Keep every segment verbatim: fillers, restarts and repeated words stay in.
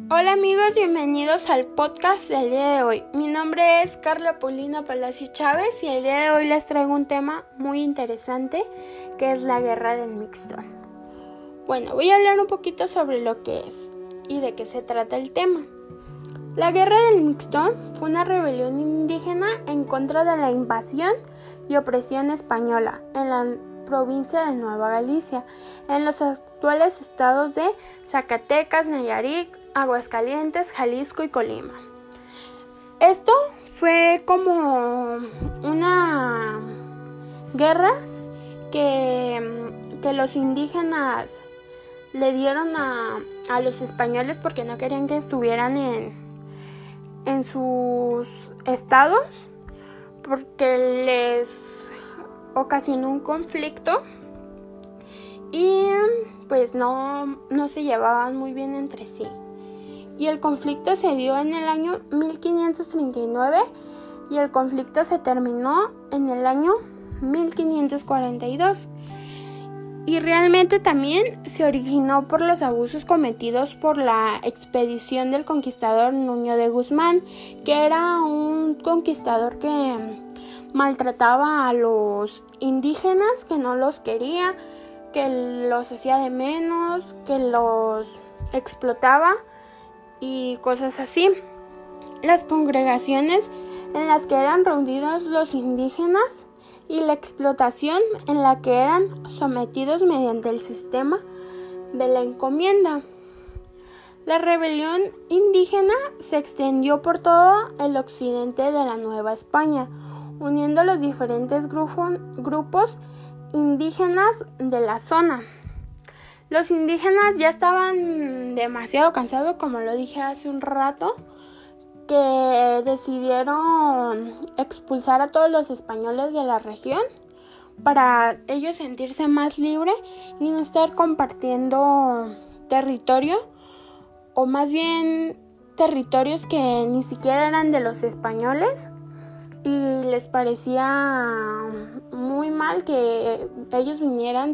Hola amigos, bienvenidos al podcast del día de hoy. Mi nombre es Carla Paulina Palacio Chávez y el día de hoy les traigo un tema muy interesante que es la Guerra del Mixtón. Bueno, voy a hablar un poquito sobre lo que es y de qué se trata el tema. La Guerra del Mixtón fue una rebelión indígena en contra de la invasión y opresión española en la provincia de Nueva Galicia, en los actuales estados de Zacatecas, Nayarit, Aguascalientes, Jalisco y Colima. Esto fue como una guerra que, que los indígenas le dieron a, a los españoles porque no querían que estuvieran en, en sus estados, porque les ocasionó un conflicto y pues no, no se llevaban muy bien entre sí. Y el conflicto se dio en el año mil quinientos treinta y nueve y el conflicto se terminó en el año mil quinientos cuarenta y dos. Y realmente también se originó por los abusos cometidos por la expedición del conquistador Nuño de Guzmán, que era un conquistador que maltrataba a los indígenas, que no los quería, que los hacía de menos, que los explotaba y cosas así. Las congregaciones en las que eran reunidos los indígenas y la explotación en la que eran sometidos mediante el sistema de la encomienda. La rebelión indígena se extendió por todo el occidente de la Nueva España, uniendo los diferentes grupo, grupos indígenas de la zona. Los indígenas ya estaban demasiado cansados, como lo dije hace un rato, que decidieron expulsar a todos los españoles de la región para ellos sentirse más libres y no estar compartiendo territorio, o más bien territorios que ni siquiera eran de los españoles, y les parecía muy mal que ellos vinieran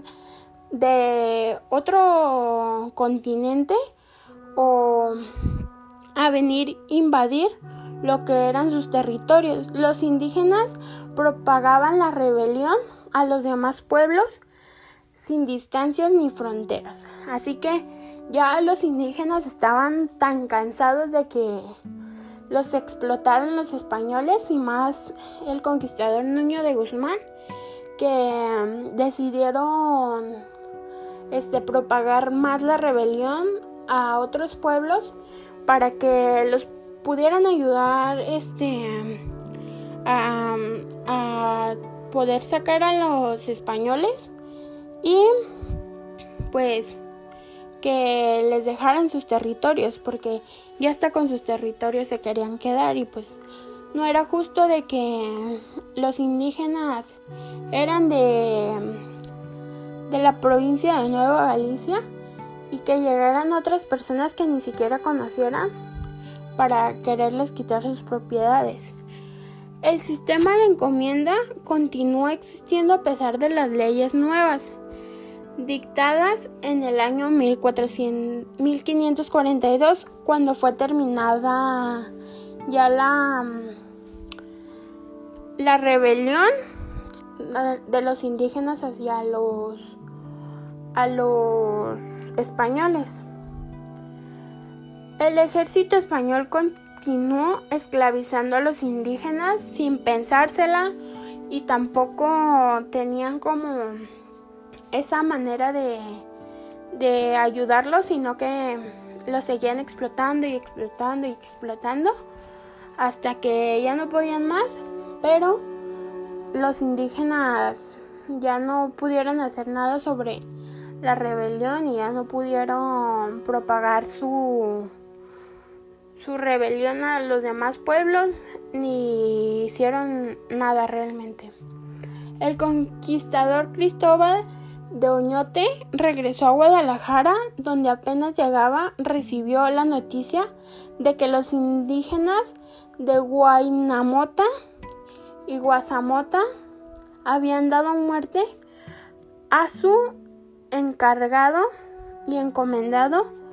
de otro continente o a venir a invadir lo que eran sus territorios. Los indígenas propagaban la rebelión a los demás pueblos sin distancias ni fronteras. Así que ya los indígenas estaban tan cansados de que los explotaron los españoles y más el conquistador Nuño de Guzmán, que decidieron este, propagar más la rebelión a otros pueblos para que los pudieran ayudar este, a, a poder sacar a los españoles y pues que les dejaran sus territorios, porque ya hasta con sus territorios se querían quedar y pues no era justo de que los indígenas eran de, de la provincia de Nueva Galicia y que llegaran otras personas que ni siquiera conocieran para quererles quitar sus propiedades. El sistema de encomienda continuó existiendo a pesar de las leyes nuevas dictadas en el año mil quinientos cuarenta y dos, cuando fue terminada ya la, la rebelión de los indígenas hacia los, a los españoles. El ejército español continuó esclavizando a los indígenas sin pensársela y tampoco tenían como esa manera de, de ayudarlos, sino que los seguían explotando y explotando y explotando hasta que ya no podían más, pero los indígenas ya no pudieron hacer nada sobre la rebelión y ya no pudieron propagar su, su rebelión a los demás pueblos ni hicieron nada realmente. El conquistador Cristóbal de Oñate regresó a Guadalajara, donde apenas llegaba recibió la noticia de que los indígenas de Guaynamota y Guazamota habían dado muerte a su encargado y encomendado